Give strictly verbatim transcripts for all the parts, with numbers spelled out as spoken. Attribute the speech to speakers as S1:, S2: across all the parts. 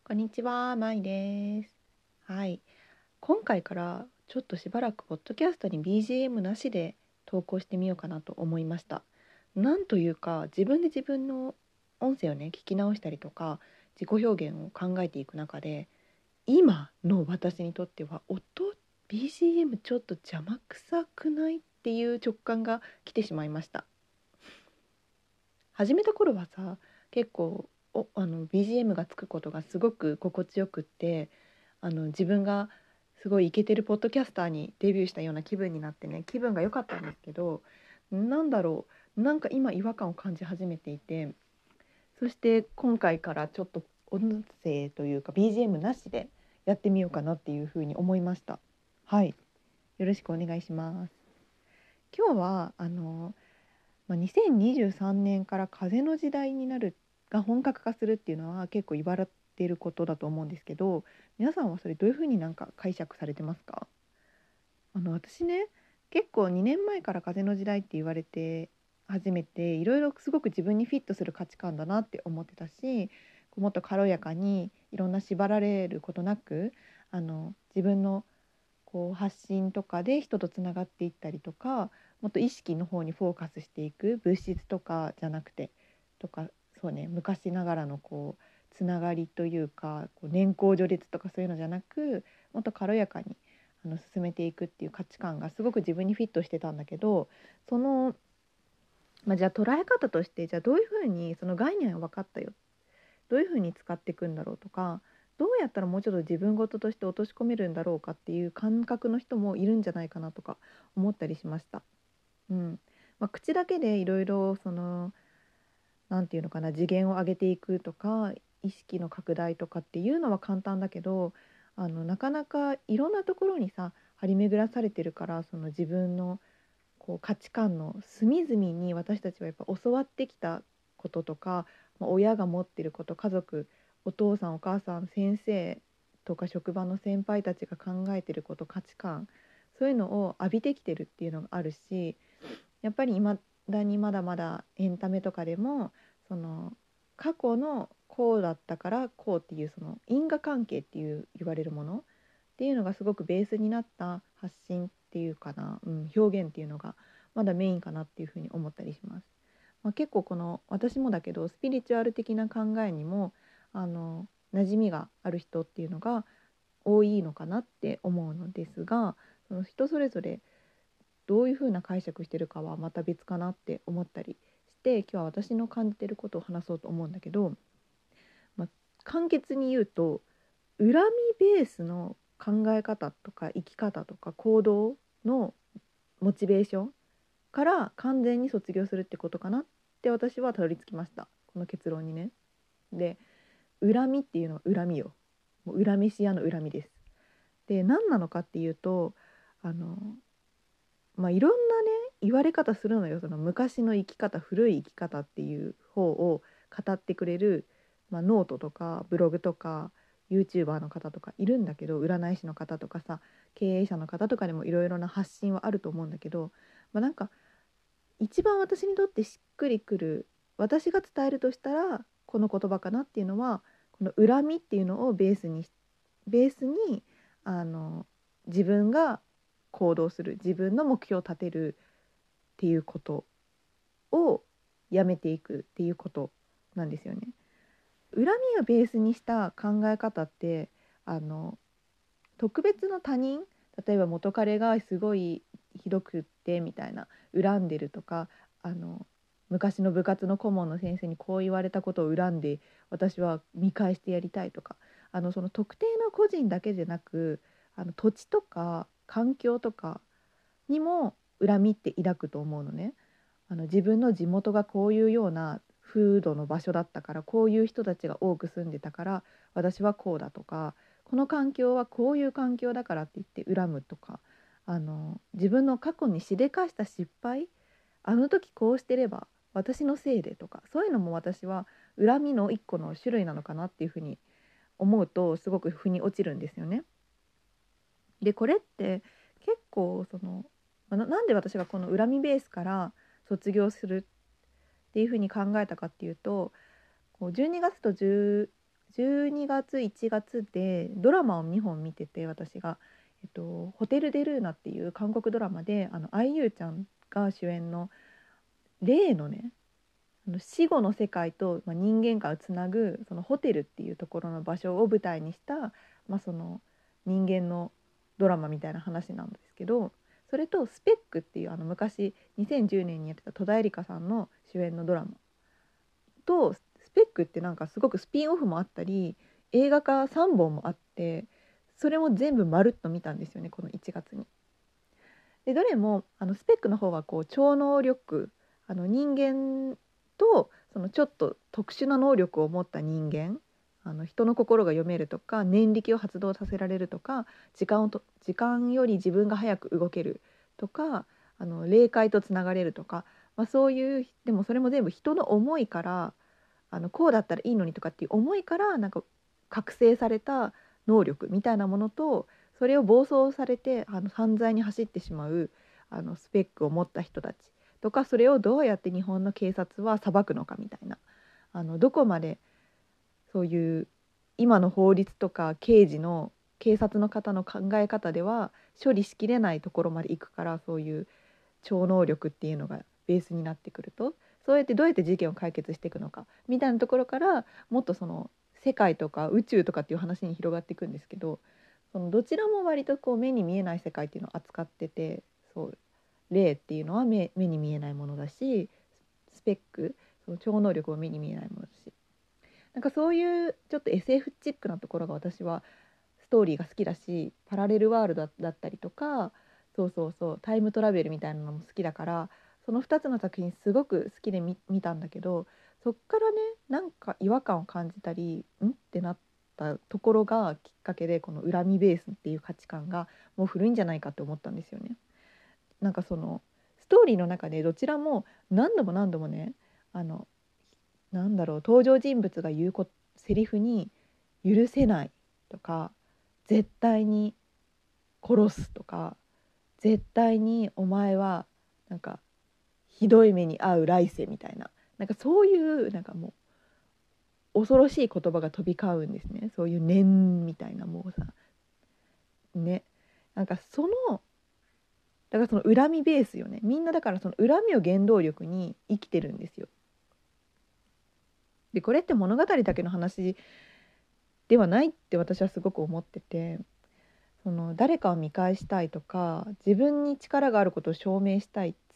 S1: こんにちは、まいです。はい、今回からちょっとしばらくポッドキャストに ビージーエム なしで投稿してみようかなと思いました。なんというか、自分で自分の音声をね聞き直したりとか、自己表現を考えていく中で、今の私にとっては音 ビージーエム ちょっと邪魔くさくないっていう直感が来てしまいました。始めた頃はさ、結構おあの ビージーエム がつくことがすごく心地よくって、あの自分がすごいイケてるポッドキャスターにデビューしたような気分になってね、気分が良かったんですけど、なんだろう、なんか今違和感を感じ始めていて、そして今回からちょっと音声というか ビージーエム なしでやってみようかなっていうふうに思いました。はい、よろしくお願いします。今日はあのまあ、にせんにじゅうさんねんから風の時代になるが本格化するっていうのは結構言われていることだと思うんですけど、皆さんはそれどういうふうになんか解釈されてますか？あの私ね、結構にねんまえから風の時代って言われて初めて、いろいろすごく自分にフィットする価値観だなって思ってたし、こうもっと軽やかにいろんな縛られることなく、あの自分のこう発信とかで人とつながっていったりとか、もっと意識の方にフォーカスしていく、物質とかじゃなくてとか、そうね、昔ながらのこうつながりというか、こう年功序列とかそういうのじゃなく、もっと軽やかにあの進めていくっていう価値観がすごく自分にフィットしてたんだけど、その、まあ、じゃあ捉え方として、じゃあどういうふうにその概念は分かったよ、どういうふうに使っていくんだろうとか、どうやったらもうちょっと自分事として落とし込めるんだろうかっていう感覚の人もいるんじゃないかなとか思ったりしました。うんまあ、口だけでいろいろそのなんていうのかな、次元を上げていくとか意識の拡大とかっていうのは簡単だけど、あのなかなかいろんなところにさ張り巡らされてるから、その自分のこう価値観の隅々に私たちはやっぱ教わってきたこととか、まあ親が持ってること、家族、お父さんお母さん、先生とか職場の先輩たちが考えてること、価値観、そういうのを浴びてきてるっていうのがあるし、やっぱり未だにまだまだエンタメとかでも、その過去のこうだったからこうっていうその因果関係っていう言われるものっていうのがすごくベースになった発信っていうかな、うん、表現っていうのがまだメインかなっていうふうに思ったりします。まあ、結構この私もだけどスピリチュアル的な考えにもあの馴染みがある人っていうのが多いのかなって思うのですが、その人それぞれどういうふうな解釈してるかはまた別かなって思ったりして、今日は私の感じてることを話そうと思うんだけど、まあ、簡潔に言うと、恨みベースの考え方とか生き方とか行動のモチベーションから完全に卒業するってことかなって私はたどり着きました、この結論にね。で、恨みっていうのは恨みよ。もう恨めし屋の恨みです。で、何なのかっていうと、あのまあいろんなね言われ方するのよ。その昔の生き方、古い生き方っていう方を語ってくれる、まあ、ノートとかブログとか YouTuber の方とかいるんだけど、占い師の方とかさ、経営者の方とかでもいろいろな発信はあると思うんだけど、まあ、なんか一番私にとってしっくりくる、私が伝えるとしたらこの言葉かなっていうのは、この恨みっていうのをベースにベースにあの自分が行動する、自分の目標を立てるっていうことをやめていくっていうことなんですよね。恨みをベースにした考え方って、あの特別の他人、例えば元彼がすごいひどくってみたいな恨んでるとか、あの昔の部活の顧問の先生にこう言われたことを恨んで私は見返してやりたいとか、あのその特定の個人だけでなく、あの土地とか環境とかにも恨みって抱くと思うのね。あの自分の地元がこういうような風土の場所だったから、こういう人たちが多く住んでたから私はこうだとか、この環境はこういう環境だからって言って恨むとか、あの自分の過去にしでかした失敗、あの時こうしてれば私のせいでとか、そういうのも私は恨みの一個の種類なのかなっていうふうに思うと、すごく腑に落ちるんですよね。でこれって結構その、まあななんで私がこの恨みベースから卒業するっていうふうに考えたかっていうと、こうじゅうにがつとじゅうじゅうにがついちがつでドラマをにほん見てて、私が、えっと、ホテル・デ・ルーナっていう韓国ドラマで、あの アイユー ちゃんが主演の例のね、あの死後の世界と、まあ、人間界をつなぐそのホテルっていうところの場所を舞台にした、まあ、その人間のドラマみたいな話なんですけど、それとスペックっていうあの昔にせんじゅうねんにやってた戸田恵梨香さんの主演のドラマと、スペックってなんかすごくスピンオフもあったり映画化さんぼんもあって、それも全部まるっと見たんですよね、このいちがつに。でどれもあのスペックの方はこう超能力、あの人間とそのちょっと特殊な能力を持った人間、あの人の心が読めるとか念力を発動させられるとか、時間をと時間より自分が早く動けるとか、あの霊界とつながれるとか、まあ、そういう、でもそれも全部人の思いから、あのこうだったらいいのにとかっていう思いからなんか覚醒された能力みたいなものと、それを暴走されてあの犯罪に走ってしまうあのスペックを持った人たちとか、それをどうやって日本の警察は裁くのかみたいな、あのどこまでそういう今の法律とか刑事の警察の方の考え方では処理しきれないところまで行くから、そういう超能力っていうのがベースになってくると、そうやってどうやって事件を解決していくのかみたいなところから、もっとその世界とか宇宙とかっていう話に広がっていくんですけど、そのどちらも割とこう目に見えない世界っていうのを扱ってて、そう霊っていうのは 目, 目に見えないものだし、スペック、その超能力も目に見えないものだし、なんかそういうちょっと エスエフ チックなところが私はストーリーが好きだし、パラレルワールドだったりとか、そうそうそうタイムトラベルみたいなのも好きだから、そのふたつの作品すごく好きで 見, 見たんだけど、そっからねなんか違和感を感じたりんってなったところがきっかけで、この恨みベースっていう価値観がもう古いんじゃないかって思ったんですよね。なんかそのストーリーの中でどちらも何度も何度もね、あのなんだろう、登場人物が言うこセリフに許せないとか、絶対に殺すとか、絶対にお前はなんかひどい目に遭う来世みたいな、なんかそういうなんかもう恐ろしい言葉が飛び交うんですね。そういう念みたいな、もうさね、なんかそのだからその恨みベースよね。みんなだからその恨みを原動力に生きてるんですよ。でこれって物語だけの話ではないって私はすごく思ってて、その誰かを見返したいとか自分に力があることを証明したいっつって、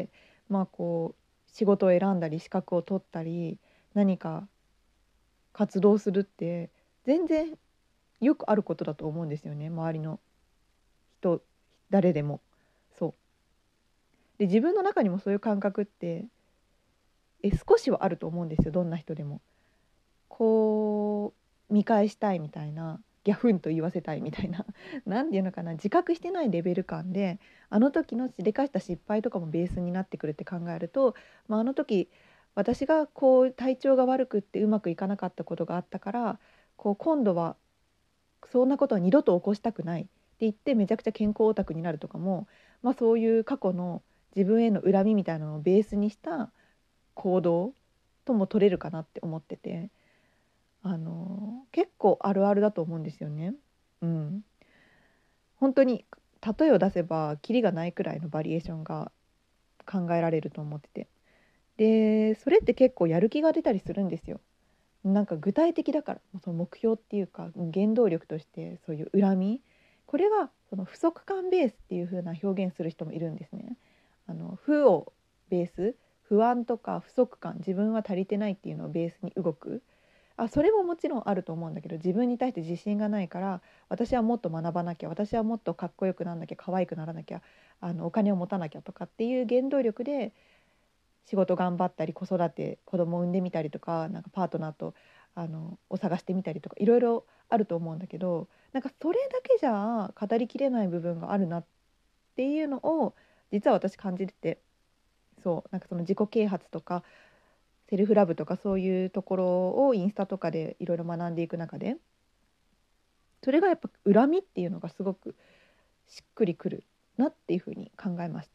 S1: まあこう仕事を選んだり資格を取ったり何か活動するって全然よくあることだと思うんですよね、周りの人誰でも。そうで自分の中にもそういう感覚ってえ少しはあると思うんですよ、どんな人でも。こう見返したいみたいな、ギャフンと言わせたいみたいななんていうのかな、自覚してないレベル感であの時のしでかした失敗とかもベースになってくるって考えると、まあ、あの時私がこう体調が悪くってうまくいかなかったことがあったから、こう今度はそんなことは二度と起こしたくないって言ってめちゃくちゃ健康オタクになるとかも、まあ、そういう過去の自分への恨みみたいなのをベースにした行動とも取れるかなって思ってて、あの結構あるあるだと思うんですよね。うん、本当に例えを出せばキリがないくらいのバリエーションが考えられると思ってて、でそれって結構やる気が出たりするんですよ。なんか具体的だから、その目標っていうか原動力としてそういう恨み、これがその不足感ベースっていう風な表現する人もいるんですね。あの負をベース、不安とか不足感、自分は足りてないっていうのをベースに動く。あそれももちろんあると思うんだけど、自分に対して自信がないから私はもっと学ばなきゃ、私はもっとかっこよくなんなきゃ、可愛くならなきゃ、あのお金を持たなきゃとかっていう原動力で仕事頑張ったり、子育て子供を産んでみたりとか、なんかパートナーとあのを探してみたりとかいろいろあると思うんだけど、なんかそれだけじゃ語りきれない部分があるなっていうのを実は私感じてて、そうなんかその自己啓発とかセルフラブとかそういうところをインスタとかでいろいろ学んでいく中で、それがやっぱ恨みっていうのがすごくしっくりくるなっていうふうに考えました。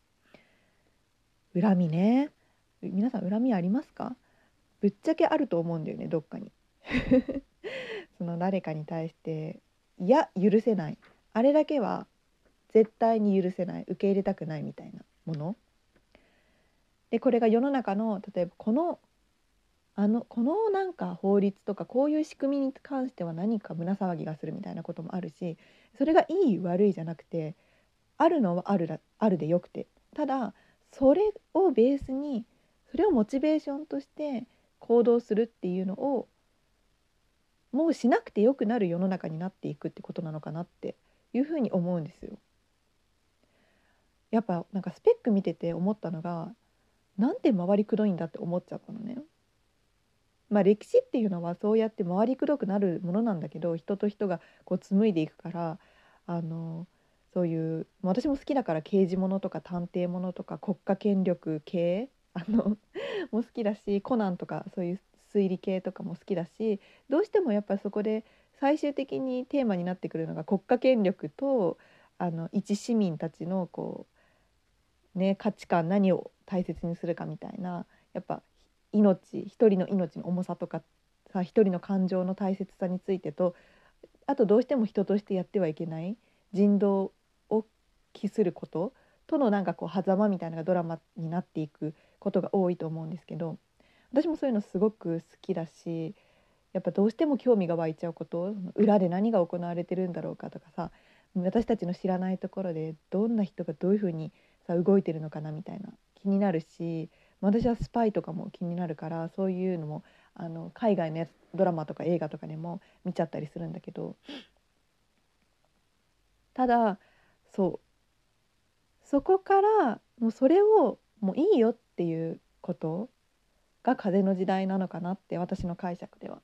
S1: そう恨みね、皆さん恨みありますか？ぶっちゃけあると思うんだよね、どっかにその誰かに対していや許せない、あれだけは絶対に許せない、受け入れたくないみたいなもので、これが世の中の例えばこのあのこのなんか法律とかこういう仕組みに関しては何か胸騒ぎがするみたいなこともあるし、それがいい悪いじゃなくて、あるのはあるだあるでよくて、ただそれをベースにそれをモチベーションとして行動するっていうのをもうしなくてよくなる世の中になっていくってことなのかなっていうふうに思うんですよ。やっぱなんかスペック見てて思ったのが、なんて回りくどいんだって思っちゃったのね。まあ歴史っていうのはそうやって回りくどくなるものなんだけど、人と人がこう紡いでいくから、あのそういう私も好きだから刑事ものとか探偵ものとか国家権力系あのも好きだし、コナンとかそういう推理系とかも好きだし、どうしてもやっぱりそこで最終的にテーマになってくるのが国家権力とあの一市民たちのこうね価値観、何を大切にするかみたいな、やっぱ命一人の命の重さとかさ、一人の感情の大切さについてと、あとどうしても人としてやってはいけない人道を期することとのなんかこう狭間みたいなのがドラマになっていくことが多いと思うんですけど、私もそういうのすごく好きだし、やっぱどうしても興味が湧いちゃうこと、裏で何が行われてるんだろうかとかさ、私たちの知らないところでどんな人がどういうふうにさ動いてるのかなみたいな気になるし、私はスパイとかも気になるから、そういうのもあの海外のやつドラマとか映画とかでも見ちゃったりするんだけど、ただそうそこからもうそれをもういいよっていうことが風の時代なのかなって、私の解釈では。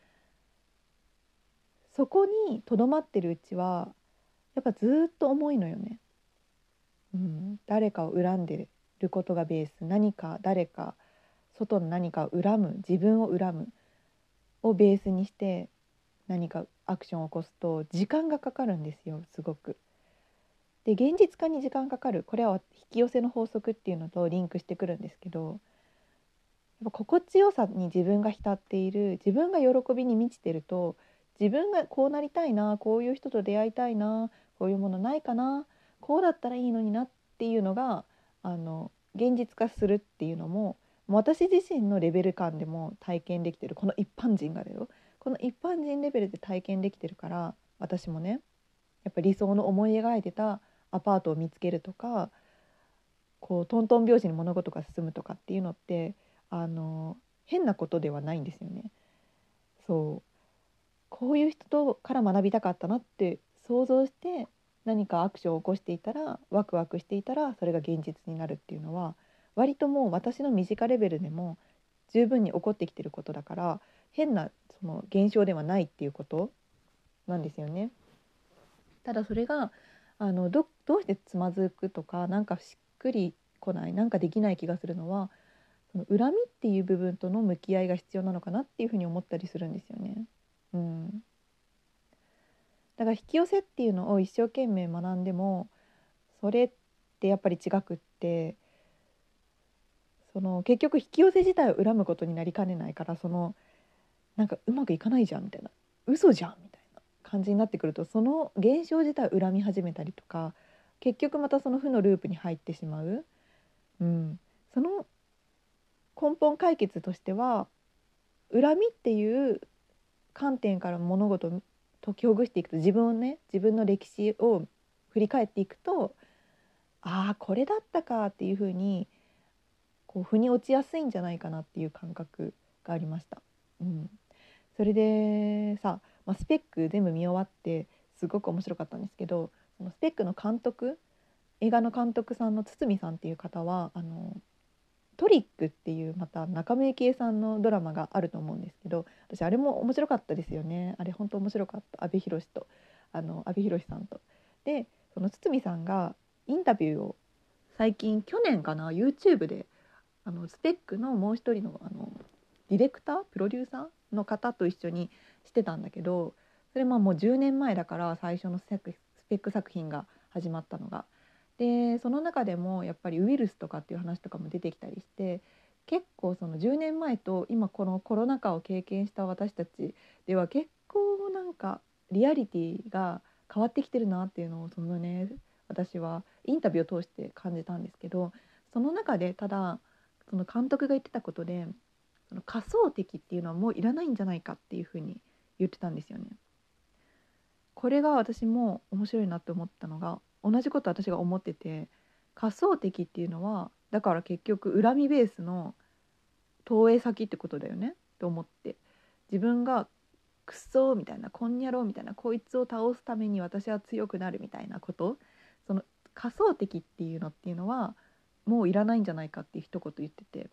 S1: そこにとどまってるうちはやっぱずっと重いのよね、うん、誰かを恨んでることがベース、何か誰か外の何かを恨む、自分を恨むをベースにして何かアクションを起こすと時間がかかるんですよ、すごく。で現実化に時間かかる、これは引き寄せの法則っていうのとリンクしてくるんですけど、やっぱ心地よさに自分が浸っている、自分が喜びに満ちてると、自分がこうなりたいな、こういう人と出会いたいな、こういうものないかな、こうだったらいいのになっていうのがあの現実化するっていうのも、もう私自身のレベル感でも体験できてる、この一般人がだよ、この一般人レベルで体験できてるから、私もねやっぱ理想の思い描いてたアパートを見つけるとか、こうトントン拍子に物事が進むとかっていうのってあの変なことではないんですよね。そうこういう人とから学びたかったなって想像して何かアクションを起こしていたら、ワクワクしていたらそれが現実になるっていうのは、割ともう私の身近レベルでも十分に起こってきてることだから、変なその現象ではないっていうことなんですよね。ただそれがあの ど, どうしてつまずくとか、なんかしっくりこない、なんかできない気がするのは、その恨みっていう部分との向き合いが必要なのかなっていうふうに思ったりするんですよね。うん、だから引き寄せっていうのを一生懸命学んでも、それってやっぱり違くって、その結局引き寄せ自体を恨むことになりかねないから、そのなんかうまくいかないじゃんみたいな、嘘じゃんみたいな感じになってくると、その現象自体を恨み始めたりとか、結局またその負のループに入ってしまう、うん、その根本解決としては、恨みっていう観点から物事を解きほぐしていくと、自分をね自分の歴史を振り返っていくと、ああこれだったかっていうふうにこう腑に落ちやすいんじゃないかなっていう感覚がありました。うん、それでさ、まあ、スペック全部見終わってすごく面白かったんですけど、そのスペックの監督、映画の監督さんの堤さんっていう方はあのトリックっていうまた中村幸恵さんのドラマがあると思うんですけど、私あれも面白かったですよね。あれ本当面白かった。阿部寛とあの阿部寛さんとで、その堤さんがインタビューを最近去年かな YouTube であのスペックのもう一人のあのディレクタープロデューサーの方と一緒にしてたんだけど、それまあもうじゅうねんまえだから、最初のスペック作品が始まったのが。でその中でもやっぱりウイルスとかっていう話とかも出てきたりして、 結構そのじゅうねんまえと今このコロナ禍を経験した私たちでは結構なんかリアリティが変わってきてるなっていうのをそのね私はインタビューを通して感じたんですけど、その中でただその監督が言ってたことで、その仮想敵っていうのはもういらないんじゃないかっていうふうに言ってたんですよね。これが私も面白いなって思ったのが、同じこと私が思ってて、仮想敵っていうのはだから結局恨みベースの投影先ってことだよねと思って、自分がクソみたいな、こんにゃろうみたいな、こいつを倒すために私は強くなるみたいなこと、その仮想敵っていうのっていうのはもういらないんじゃないかっていう一言言ってて、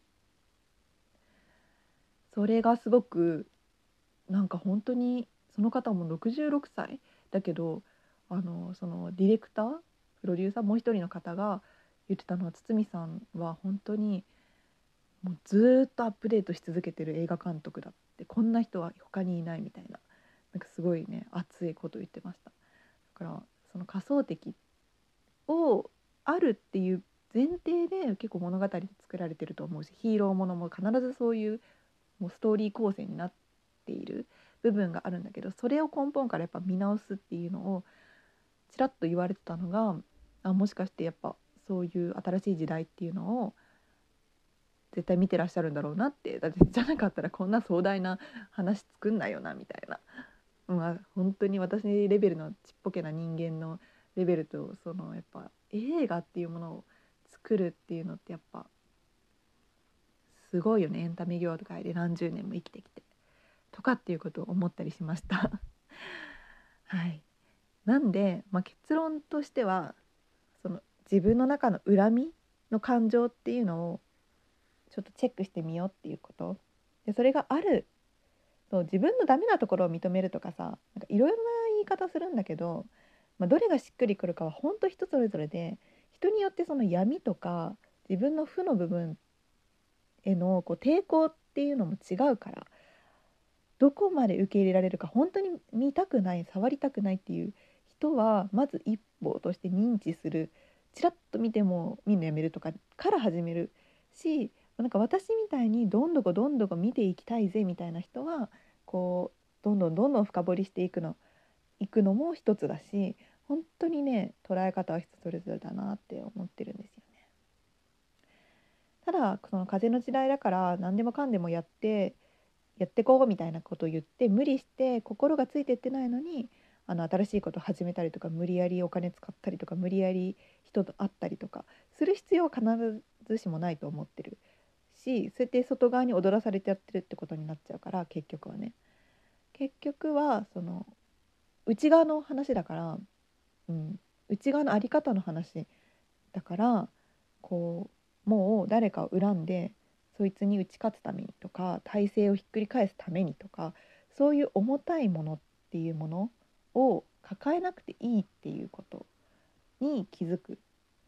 S1: それがすごくなんか本当に、その方もろくじゅうろくさいだけど、あのそのディレクタープロデューサーもう一人の方が言ってたのは、堤さんは本当にもうずっとアップデートし続けてる映画監督だって、こんな人は他にいないみたいな、なんかすごいね熱いことを言ってました。だからその仮想敵をあるっていう前提で結構物語作られてると思うし、ヒーローものも必ずそういうもうストーリー構成になっている部分があるんだけど、それを根本からやっぱ見直すっていうのをちらっと言われてたのが、あもしかしてやっぱそういう新しい時代っていうのを絶対見てらっしゃるんだろうなって。だってじゃなかったらこんな壮大な話作んないよなみたいな、まあ、本当に私レベルのちっぽけな人間のレベルと、そのやっぱ映画っていうものを作るっていうのってやっぱすごいよね。エンタメ業界で何十年も生きてきてとかっていうことを思ったりしましたはい。なんで、まあ、結論としては、その自分の中の恨みの感情っていうのをちょっとチェックしてみようっていうこと。でそれがある、そう自分のダメなところを認めるとかさ、なんかいろいろな言い方するんだけど、まあ、どれがしっくりくるかは本当人それぞれで、人によってその闇とか自分の負の部分へのこう抵抗っていうのも違うから、どこまで受け入れられるか、本当に見たくない、触りたくないっていう人はまず一歩として認知する、ちらっと見ても見るのやめるとかから始めるし、なんか私みたいにどんどこどんどこ見ていきたいぜみたいな人はこうどんどんどんどん深掘りしていくのいくのも一つだし、本当にね捉え方は人それぞれだなって思ってるんですよね。ただその風の時代だから何でもかんでもやってやってこうみたいなことを言って無理して心がついてってないのに、あの新しいことを始めたりとか、無理やりお金使ったりとか、無理やり人と会ったりとかする必要は必ずしもないと思ってるし、そうやって外側に踊らされてやってるってことになっちゃうから、結局はね結局はその内側の話だから、うん、内側の在り方の話だから、こうもう誰かを恨んでそいつに打ち勝つためにとか、体制をひっくり返すためにとか、そういう重たいものっていうものを抱えなくていいっていうことに気づく、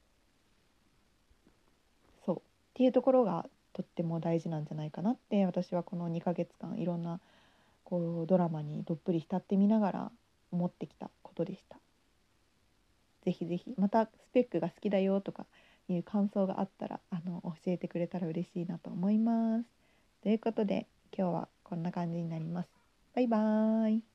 S1: そうっていうところがとっても大事なんじゃないかなって、私はこのにかげつかんいろんなこうドラマにどっぷり浸ってみながら思ってきたことでした。ぜひぜひまたスペックが好きだよとかいう感想があったら、あの教えてくれたら嬉しいなと思います。ということで今日はこんな感じになります。バイバーイ。